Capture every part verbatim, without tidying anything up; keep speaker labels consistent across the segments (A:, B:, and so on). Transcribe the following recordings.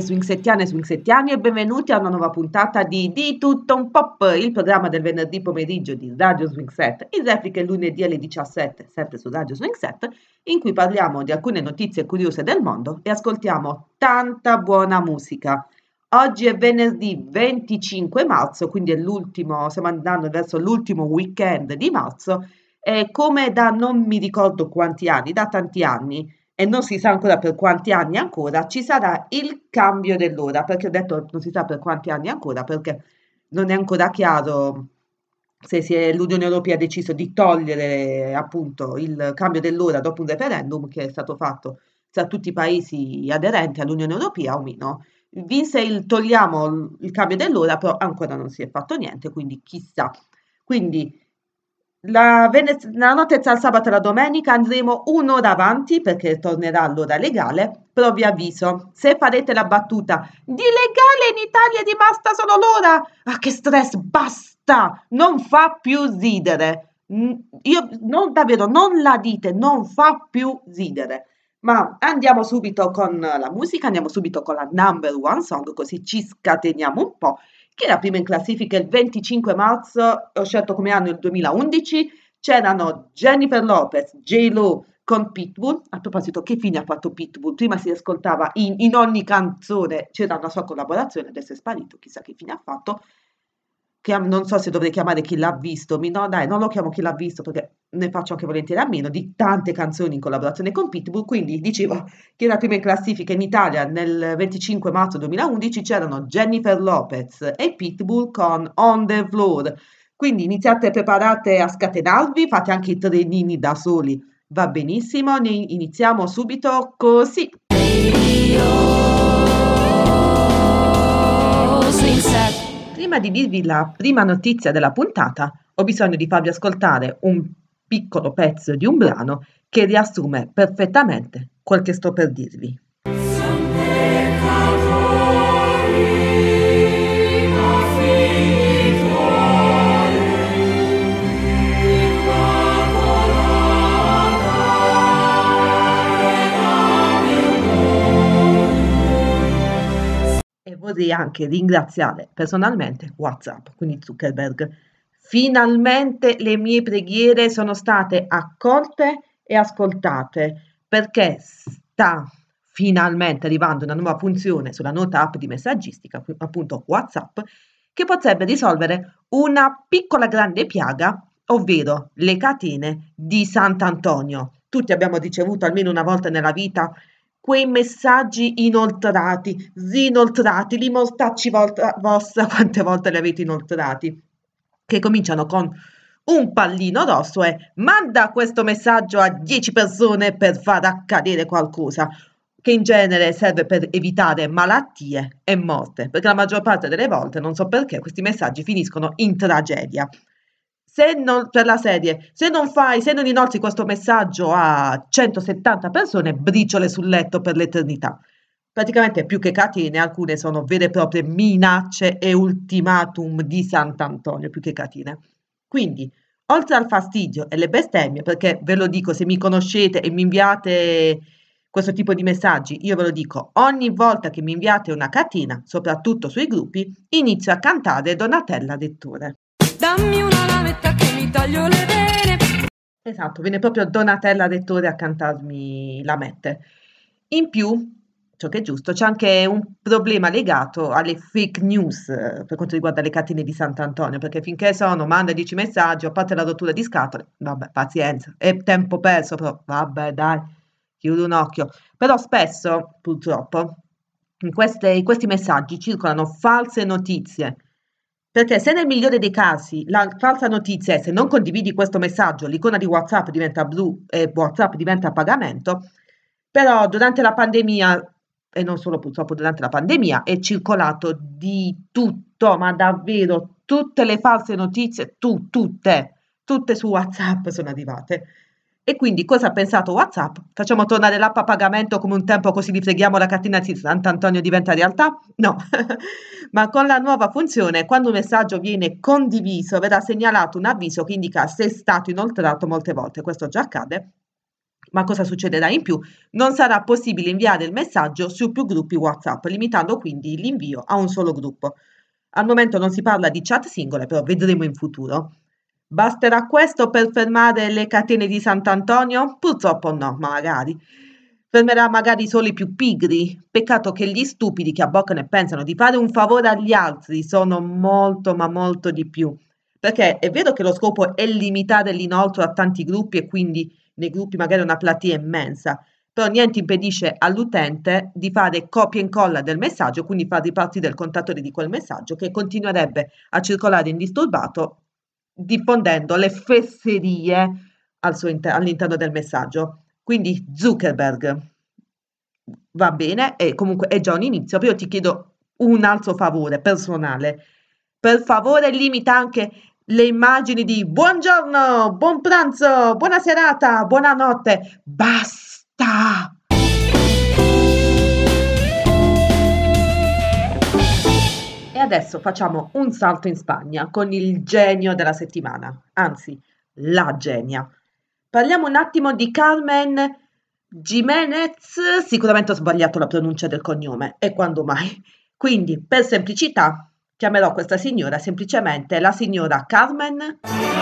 A: swingsettiane e swingsettiani e benvenuti a una nuova puntata di Di Tutto Un Pop, il programma del venerdì pomeriggio di Radio Swingset, in replica il lunedì alle diciassette, sempre su Radio Swingset, in cui parliamo di alcune notizie curiose del mondo e ascoltiamo tanta buona musica. Oggi è venerdì venticinque marzo, quindi è l'ultimo, stiamo andando verso l'ultimo weekend di marzo, e come da non mi ricordo quanti anni, da tanti anni, e non si sa ancora per quanti anni ancora, ci sarà il cambio dell'ora, perché ho detto non si sa per quanti anni ancora, perché non è ancora chiaro se si è- l'Unione Europea ha deciso di togliere appunto il cambio dell'ora dopo un referendum che è stato fatto tra tutti i paesi aderenti all'Unione Europea o meno. Vinse il togliamo il il cambio dell'ora, però ancora non si è fatto niente, quindi chissà. Quindi la, vene- la notte tra il sabato e la domenica andremo un'ora avanti perché tornerà l'ora legale, però vi avviso, se farete la battuta di legale in Italia è rimasta solo l'ora, ah che stress, basta, non fa più ridere. Mm, Io non davvero, non la dite, non fa più ridere. Ma andiamo subito con la musica, andiamo subito con la number one song, così ci scateniamo un po'. Chi era prima in classifica il venticinque marzo, ho scelto come anno il duemilaundici, c'erano Jennifer Lopez, J-Lo con Pitbull. A proposito, che fine ha fatto Pitbull? Prima si ascoltava in, in ogni canzone, c'era una sua collaborazione, adesso è sparito, chissà che fine ha fatto. Che non so se dovrei chiamare chi l'ha visto, mi- no dai, non lo chiamo chi l'ha visto perché ne faccio anche volentieri a meno di tante canzoni in collaborazione con Pitbull, quindi dicevo che era prima in classifica in Italia nel venticinque marzo duemilaundici c'erano Jennifer Lopez e Pitbull con On the Floor, quindi iniziate, preparate a scatenarvi, fate anche i trenini da soli, va benissimo, ne iniziamo subito così. Prima di dirvi la prima notizia della puntata, ho bisogno di farvi ascoltare un piccolo pezzo di un brano che riassume perfettamente quel che sto per dirvi. E vorrei anche ringraziare personalmente WhatsApp, quindi Zuckerberg. Finalmente le mie preghiere sono state accolte e ascoltate perché sta finalmente arrivando una nuova funzione sulla nota app di messaggistica, appunto WhatsApp, che potrebbe risolvere una piccola grande piaga, ovvero le catene di Sant'Antonio. Tutti abbiamo ricevuto almeno una volta nella vita quei messaggi inoltrati, rinoltrati, li mortacci volta vostra quante volte li avete inoltrati, che cominciano con un pallino rosso e manda questo messaggio a dieci persone per far accadere qualcosa, che in genere serve per evitare malattie e morte, perché la maggior parte delle volte, non so perché, questi messaggi finiscono in tragedia. Se non, per la serie, se non fai, se non inoltri questo messaggio a centosettanta persone, briciole sul letto per l'eternità. Praticamente più che catene, alcune sono vere e proprie minacce e ultimatum di Sant'Antonio, più che catene. Quindi, oltre al fastidio e le bestemmie, perché ve lo dico, se mi conoscete e mi inviate questo tipo di messaggi, io ve lo dico, ogni volta che mi inviate una catena, soprattutto sui gruppi, inizio a cantare Donatella Lettore. Dammi una lametta che mi taglio le vene. Esatto, viene proprio Donatella Lettore a cantarmi la mette. In più, ciò che è giusto, c'è anche un problema legato alle fake news eh, per quanto riguarda le catene di Sant'Antonio, perché finché sono manda dieci messaggi, a parte la rottura di scatole, vabbè, pazienza, è tempo perso, però vabbè, dai, chiudo un occhio. Però spesso, purtroppo, in queste- in questi messaggi circolano false notizie. Perché se nel migliore dei casi la falsa notizia è se non condividi questo messaggio, l'icona di WhatsApp diventa blu e WhatsApp diventa a pagamento, però durante la pandemia, e non solo purtroppo durante la pandemia, è circolato di tutto, ma davvero tutte le false notizie, tu, tutte, tutte su WhatsApp sono arrivate. E quindi cosa ha pensato WhatsApp? Facciamo tornare l'app a pagamento come un tempo così vi freghiamo la catena di Sant'Antonio diventa realtà? No, ma con la nuova funzione, quando un messaggio viene condiviso, verrà segnalato un avviso che indica se è stato inoltrato molte volte, questo già accade, Ma cosa succederà in più? Non sarà possibile inviare il messaggio su più gruppi WhatsApp, limitando quindi l'invio a un solo gruppo. Al momento non si parla di chat singole, però vedremo in futuro. Basterà questo per fermare le catene di Sant'Antonio? Purtroppo no, ma magari. Fermerà magari solo i più pigri. Peccato che gli stupidi che abboccano e pensano di fare un favore agli altri sono molto, ma molto di più. Perché è vero che lo scopo è limitare l'inoltro a tanti gruppi e quindi nei gruppi magari una platea immensa, però niente impedisce all'utente di fare copia e incolla del messaggio, quindi far ripartire il contatore di quel messaggio che continuerebbe a circolare indisturbato, diffondendo le fesserie al suo inter- all'interno del messaggio. Quindi Zuckerberg va bene, e comunque è già un inizio, però io ti chiedo un altro favore personale. Per favore limita anche le immagini di buongiorno, buon pranzo, buona serata, buonanotte. Basta! E adesso facciamo un salto in Spagna con il genio della settimana, anzi, la genia. Parliamo un attimo di Carmen Giménez, sicuramente ho sbagliato la pronuncia del cognome, e quando mai? Quindi, per semplicità, chiamerò questa signora semplicemente la signora Carmen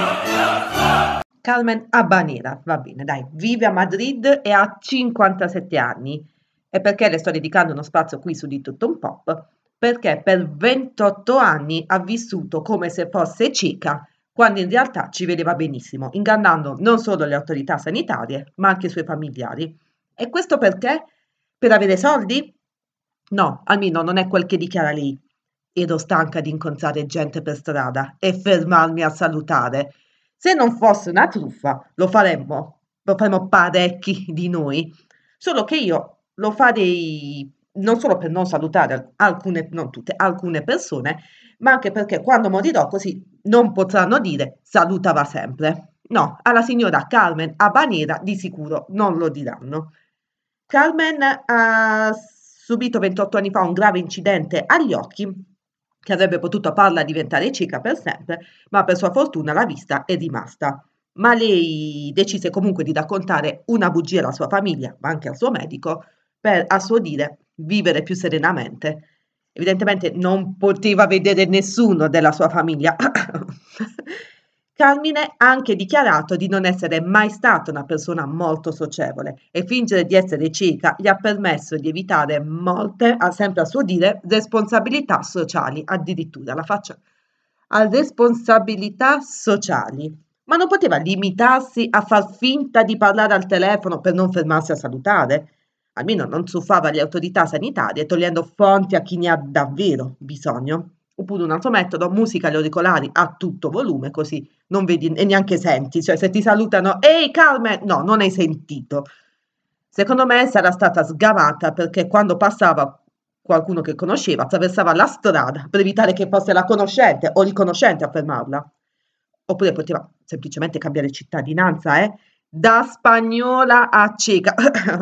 A: Carmen Habanera, va bene, dai, vive a Madrid e ha cinquantasette anni. E perché le sto dedicando uno spazio qui su Di Tutto Un Pop? Perché per ventotto anni ha vissuto come se fosse cieca, quando in realtà ci vedeva benissimo, ingannando non solo le autorità sanitarie, ma anche i suoi familiari. E questo perché? Per avere soldi? No, almeno non è quel che dichiara lei. Ero stanca di incontrare gente per strada e fermarmi a salutare. Se non fosse una truffa, lo faremmo, lo faremmo parecchi di noi. Solo che io lo farei non solo per non salutare alcune, non tutte, alcune persone, ma anche perché quando morirò così non potranno dire salutava sempre. No, alla signora Carmen Habanera di sicuro non lo diranno. Carmen ha subito ventotto anni fa un grave incidente agli occhi che avrebbe potuto farla diventare cieca per sempre, ma per sua fortuna la vista è rimasta. Ma lei decise comunque di raccontare una bugia alla sua famiglia, ma anche al suo medico, per, a suo dire, vivere più serenamente. Evidentemente non poteva vedere nessuno della sua famiglia. Carmine ha anche dichiarato di non essere mai stata una persona molto socievole e fingere di essere cieca gli ha permesso di evitare molte, a- sempre a suo dire, responsabilità sociali, addirittura la faccia a responsabilità sociali. Ma non poteva limitarsi a far finta di parlare al telefono per non fermarsi a salutare? Almeno non truffava le autorità sanitarie togliendo fonti a chi ne ha davvero bisogno. Oppure un altro metodo, musica agli auricolari a tutto volume, così non vedi e neanche senti. Cioè, se ti salutano, ehi Carmen, no, non hai sentito. Secondo me sarà stata sgamata perché quando passava qualcuno che conosceva, attraversava la strada per evitare che fosse la conoscente o il conoscente a fermarla. Oppure poteva semplicemente cambiare cittadinanza, eh? Da spagnola a cieca.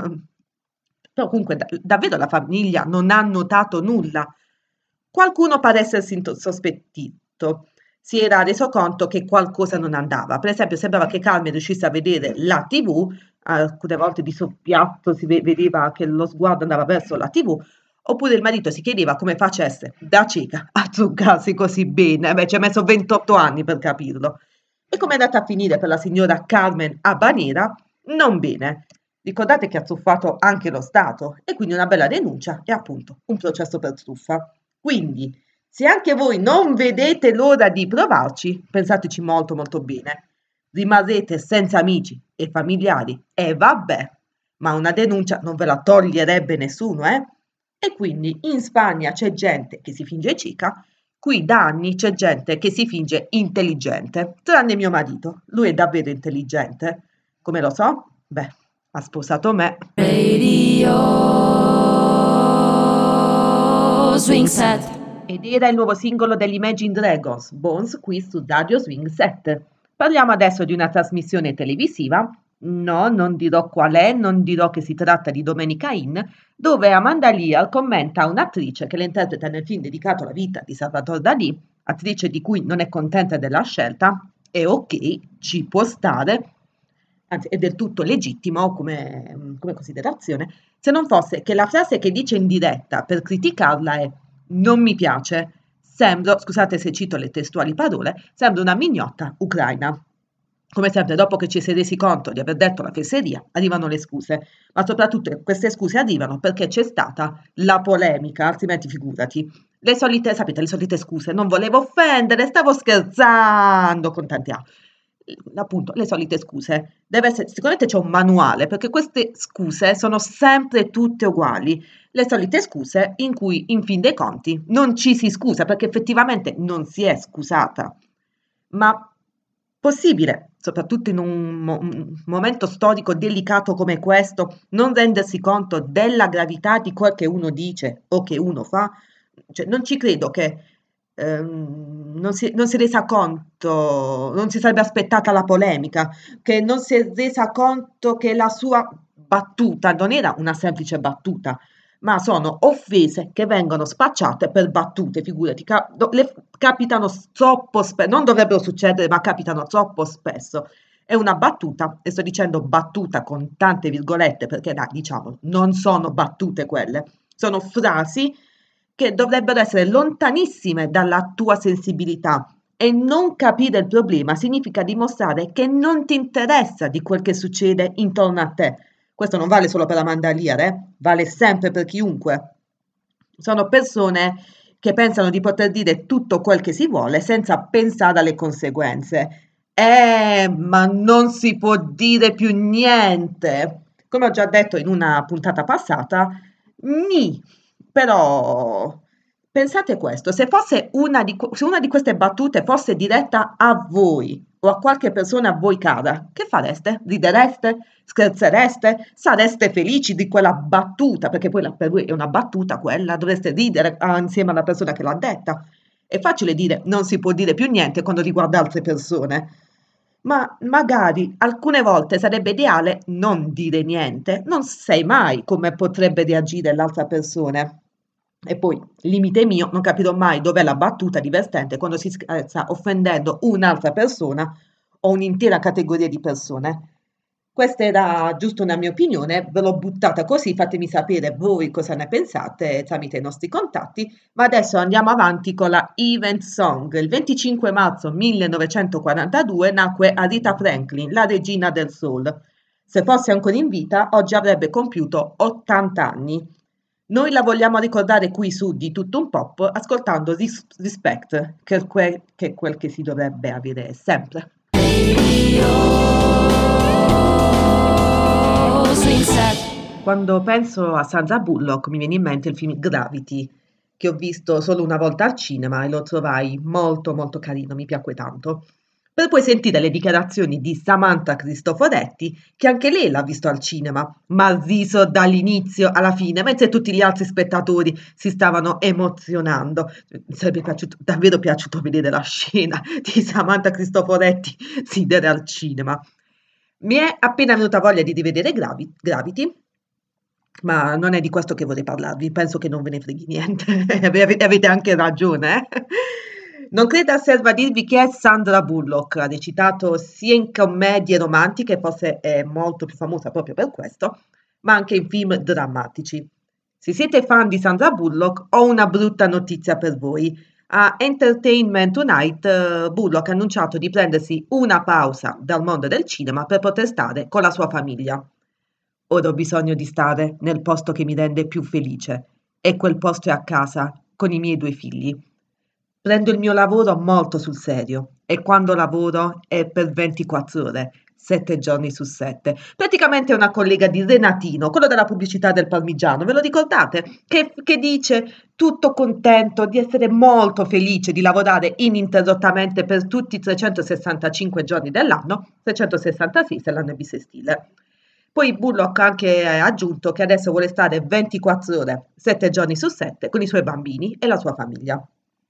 A: Però comunque da- davvero la famiglia non ha notato nulla. Qualcuno pare essersi into- sospettito. Si era reso conto che qualcosa non andava. Per esempio, sembrava che Carmen riuscisse a vedere la T V, alcune volte di soppiatto si ve- vedeva che lo sguardo andava verso la T V, oppure il marito si chiedeva come facesse da cieca a truccarsi così bene. Beh, ci ha messo ventotto anni per capirlo. E come è andata a finire per la signora Carmen Habanera? Non bene. Ricordate che ha truffato anche lo Stato e quindi una bella denuncia e appunto un processo per truffa. Quindi, se anche voi non vedete l'ora di provarci, pensateci molto molto bene. Rimarrete senza amici e familiari e vabbè, ma una denuncia non ve la toglierebbe nessuno, eh? E quindi in Spagna c'è gente che si finge cieca, qui da anni c'è gente che si finge intelligente, tranne mio marito. Lui è davvero intelligente. Come lo so? Beh, ha sposato me.
B: Radio Swing Set.
A: Ed era il nuovo singolo degli Imagine Dragons, Bones, qui su Radio Swing sette. Parliamo adesso di una trasmissione televisiva. No, non dirò qual è, non dirò che si tratta di Domenica In, dove Amanda Lear commenta un'attrice che la interpreta nel film dedicato alla vita di Salvatore Dalì, attrice di cui non è contenta della scelta, e ok, ci può stare. anzi è del tutto legittimo come, come considerazione, se non fosse che la frase che dice in diretta per criticarla è non mi piace, sembro, scusate se cito le testuali parole, sembra una mignotta ucraina. Come sempre, dopo che ci si è resi conto di aver detto la fesseria, arrivano le scuse, ma soprattutto queste scuse arrivano perché c'è stata la polemica, altrimenti figurati. Le solite, sapete, le solite scuse, non volevo offendere, stavo scherzando con tanti A. Appunto, le solite scuse. Deve essere, sicuramente c'è un manuale, perché queste scuse sono sempre tutte uguali. Le solite scuse in cui, in fin dei conti, non ci si scusa, perché effettivamente non si è scusata. Ma possibile, soprattutto in un, mo- un momento storico delicato come questo, non rendersi conto della gravità di quel che uno dice o che uno fa? Cioè, non ci credo che ehm, non si, non si è resa conto, non si sarebbe aspettata la polemica, che non si è resa conto che la sua battuta non era una semplice battuta, ma sono offese che vengono spacciate per battute, figurati, ca- do- le capitano s- troppo spesso, non dovrebbero succedere, ma capitano troppo spesso. È una battuta, e sto dicendo battuta con tante virgolette, perché dai, diciamo, non sono battute quelle, sono frasi che dovrebbero essere lontanissime dalla tua sensibilità. E non capire il problema significa dimostrare che non ti interessa di quel che succede intorno a te. Questo non vale solo per Amanda Lear, eh? Vale sempre per chiunque. Sono persone che pensano di poter dire tutto quel che si vuole senza pensare alle conseguenze. Eh, ma non si può dire più niente. Come ho già detto in una puntata passata, nì, però pensate questo, se fosse una di, que- se una di queste battute fosse diretta a voi o a qualche persona a voi cara, che fareste? Ridereste? Scherzereste? Sareste felici di quella battuta? Perché poi la- per voi è una battuta quella, dovreste ridere ah, insieme alla persona che l'ha detta. È facile dire non si può dire più niente quando riguarda altre persone, ma magari alcune volte sarebbe ideale non dire niente, non sai mai come potrebbe reagire l'altra persona. E poi, limite mio, non capirò mai dov'è la battuta divertente quando si sta offendendo un'altra persona o un'intera categoria di persone. Questa era giusto una mia opinione, ve l'ho buttata così, fatemi sapere voi cosa ne pensate tramite i nostri contatti, ma adesso andiamo avanti con la Event Song. Il venticinque marzo millenovecentoquarantadue nacque Aretha Franklin, la regina del soul. Se fosse ancora in vita, oggi avrebbe compiuto ottanta anni. Noi la vogliamo ricordare qui su Di Tutto Un Pop, ascoltando Ris- Respect, che è que- che è quel che si dovrebbe avere sempre. Quando penso a Sandra Bullock mi viene in mente il film Gravity, che ho visto solo una volta al cinema e lo trovai molto molto carino, mi piacque tanto. Per poi sentire le dichiarazioni di Samantha Cristoforetti, che anche lei l'ha visto al cinema, ma ha riso dall'inizio alla fine, mentre tutti gli altri spettatori si stavano emozionando. Mi sarebbe piaciuto, davvero piaciuto vedere la scena di Samantha Cristoforetti ridere al cinema. Mi è appena venuta voglia di rivedere Gravi- Gravity, ma non è di questo che vorrei parlarvi, penso che non ve ne freghi niente, Ave- avete avete anche ragione, eh? Non creda serva dirvi chi è Sandra Bullock, ha recitato sia in commedie romantiche, forse è molto più famosa proprio per questo, ma anche in film drammatici. Se siete fan di Sandra Bullock, ho una brutta notizia per voi. A Entertainment Tonight, eh, Bullock ha annunciato di prendersi una pausa dal mondo del cinema per poter stare con la sua famiglia. Ora ho bisogno di stare nel posto che mi rende più felice e quel posto è a casa con i miei due figli. Prendo il mio lavoro molto sul serio e quando lavoro è per ventiquattro ore, sette giorni su sette. Praticamente è una collega di Renatino, quello della pubblicità del parmigiano, ve lo ricordate? Che, che dice tutto contento di essere molto felice di lavorare ininterrottamente per tutti i trecentosessantacinque giorni dell'anno, trecentosessantasei se l'anno è bisestile. Poi Bullock ha anche aggiunto che adesso vuole stare ventiquattro ore, sette giorni su sette, con i suoi bambini e la sua famiglia.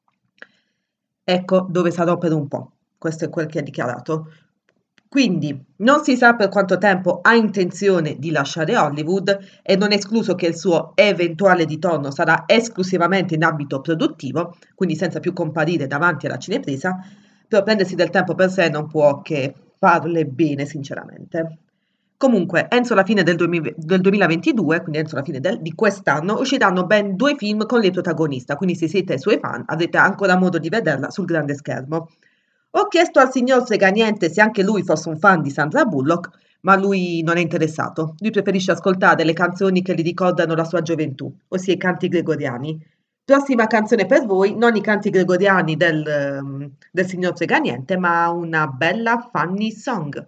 A: Ecco dove sarò per un po', questo è quel che ha dichiarato. Quindi non si sa per quanto tempo ha intenzione di lasciare Hollywood e non è escluso che il suo eventuale ritorno sarà esclusivamente in ambito produttivo, quindi senza più comparire davanti alla cinepresa, però prendersi del tempo per sé non può che farle bene, sinceramente. Comunque, entro la fine del, duemila del duemilaventidue, quindi entro la fine del- di quest'anno, usciranno ben due film con lei protagonista, quindi se siete suoi fan avrete ancora modo di vederla sul grande schermo. Ho chiesto al signor Seganiente se anche lui fosse un fan di Sandra Bullock, ma lui non è interessato. Lui preferisce ascoltare le canzoni che gli ricordano la sua gioventù, ossia i canti gregoriani. Prossima canzone per voi, non i canti gregoriani del, ehm, del signor Seganiente, ma una bella funny song.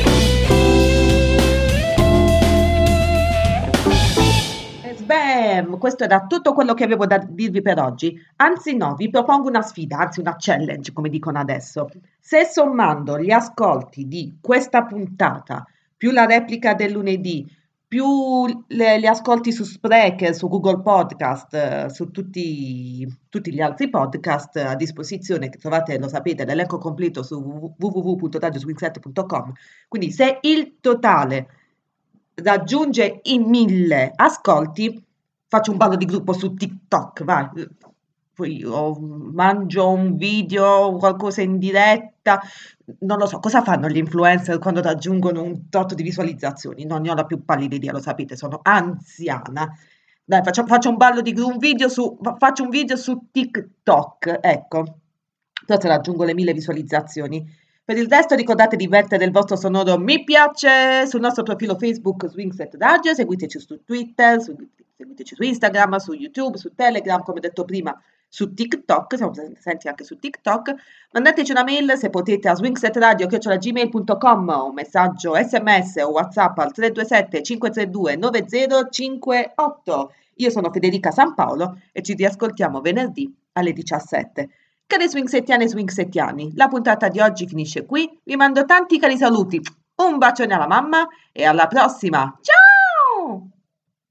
A: E sbam! Questo era tutto quello che avevo da dirvi per oggi. Anzi no, vi propongo una sfida, anzi una challenge, come dicono adesso. Se sommando gli ascolti di questa puntata, più la replica del lunedì, più le- gli ascolti su Spreaker, su Google Podcast, eh, su tutti, tutti gli altri podcast a disposizione, che trovate, lo sapete, l'elenco completo su w w w punto radio swing punto com. Quindi se il totale raggiunge i mille ascolti, faccio un ballo di gruppo su TikTok, vai. Poi o mangio un video, qualcosa in diretta, non lo so, cosa fanno gli influencer quando raggiungono un tot di visualizzazioni? Non ne ho la più pallida idea, lo sapete, sono anziana. Dai, faccio, faccio un ballo di un video su, faccio un video su TikTok, ecco, forse raggiungo le mille visualizzazioni. Per il resto ricordate di mettere il vostro sonoro mi piace sul nostro profilo Facebook Swingset Radio, seguiteci su Twitter, su- seguiteci su Instagram, su YouTube, su Telegram, come detto prima, su TikTok, siamo presenti anche su TikTok. Mandateci una mail se potete a swingsetradio chiocciola gmail punto com o un messaggio sms o WhatsApp al tre due sette cinque tre due nove zero cinque otto. Io sono Federica San Paolo e ci riascoltiamo venerdì alle diciassette. Cari swingsettiane e swingsettiani, la puntata di oggi finisce qui. Vi mando tanti cari saluti, un bacione alla mamma e alla prossima. Ciao!